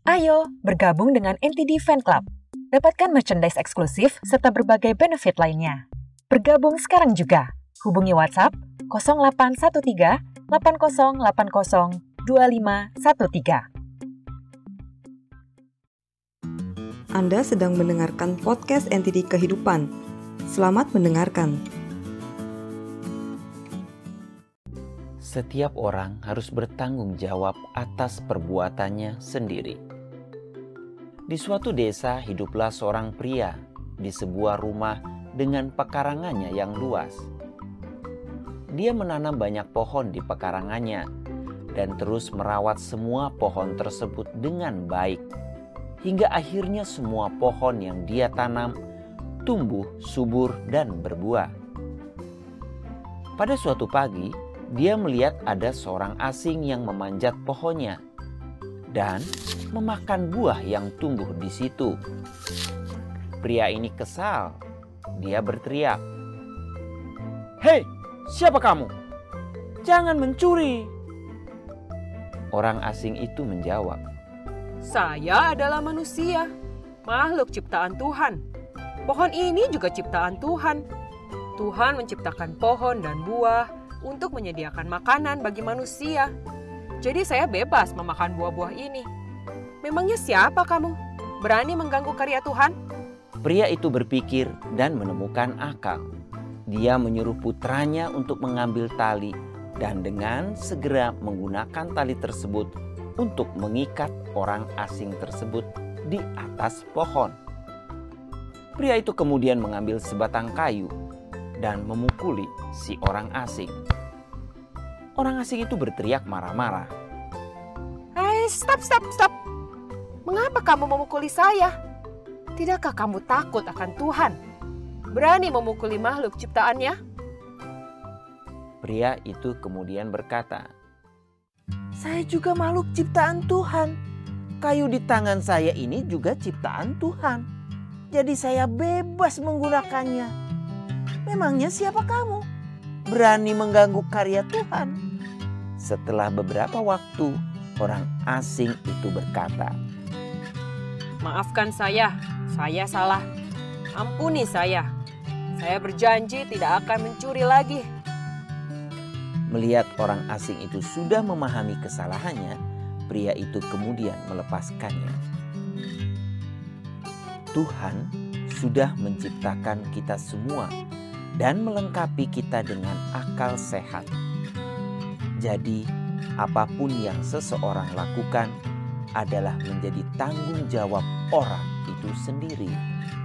Ayo bergabung dengan NTD Fan Club. Dapatkan merchandise eksklusif serta berbagai benefit lainnya. Bergabung sekarang juga. Hubungi WhatsApp 0813 8080 2513. Anda sedang mendengarkan podcast NTD Kehidupan. Selamat mendengarkan. Setiap orang harus bertanggung jawab atas perbuatannya sendiri. Di suatu desa hiduplah seorang pria di sebuah rumah dengan pekarangannya yang luas. Dia menanam banyak pohon di pekarangannya dan terus merawat semua pohon tersebut dengan baik. Hingga akhirnya semua pohon yang dia tanam tumbuh subur dan berbuah. Pada suatu pagi, dia melihat ada seorang asing yang memanjat pohonnya dan memakan buah yang tumbuh di situ. Pria ini kesal. Dia berteriak, "Hei, siapa kamu? Jangan mencuri!" Orang asing itu menjawab, "Saya adalah manusia, makhluk ciptaan Tuhan. Pohon ini juga ciptaan Tuhan. Tuhan menciptakan pohon dan buah untuk menyediakan makanan bagi manusia. Jadi saya bebas memakan buah-buah ini. Memangnya siapa kamu? Berani mengganggu karya Tuhan?" Pria itu berpikir dan menemukan akal. Dia menyuruh putranya untuk mengambil tali dan dengan segera menggunakan tali tersebut untuk mengikat orang asing tersebut di atas pohon. Pria itu kemudian mengambil sebatang kayu dan memukuli si orang asing. Orang asing itu berteriak marah-marah. "Hei, stop! Mengapa kamu memukuli saya? Tidakkah kamu takut akan Tuhan? Berani memukuli makhluk ciptaannya?" Pria itu kemudian berkata, "Saya juga makhluk ciptaan Tuhan. Kayu di tangan saya ini juga ciptaan Tuhan. Jadi saya bebas menggunakannya. Memangnya siapa kamu? Berani mengganggu karya Tuhan?" Setelah beberapa waktu, orang asing itu berkata, "Maafkan saya salah. Ampuni saya. Saya berjanji tidak akan mencuri lagi." Melihat orang asing itu sudah memahami kesalahannya, pria itu kemudian melepaskannya. Tuhan sudah menciptakan kita semua dan melengkapi kita dengan akal sehat. Jadi, apapun yang seseorang lakukan adalah menjadi tanggung jawab orang itu sendiri.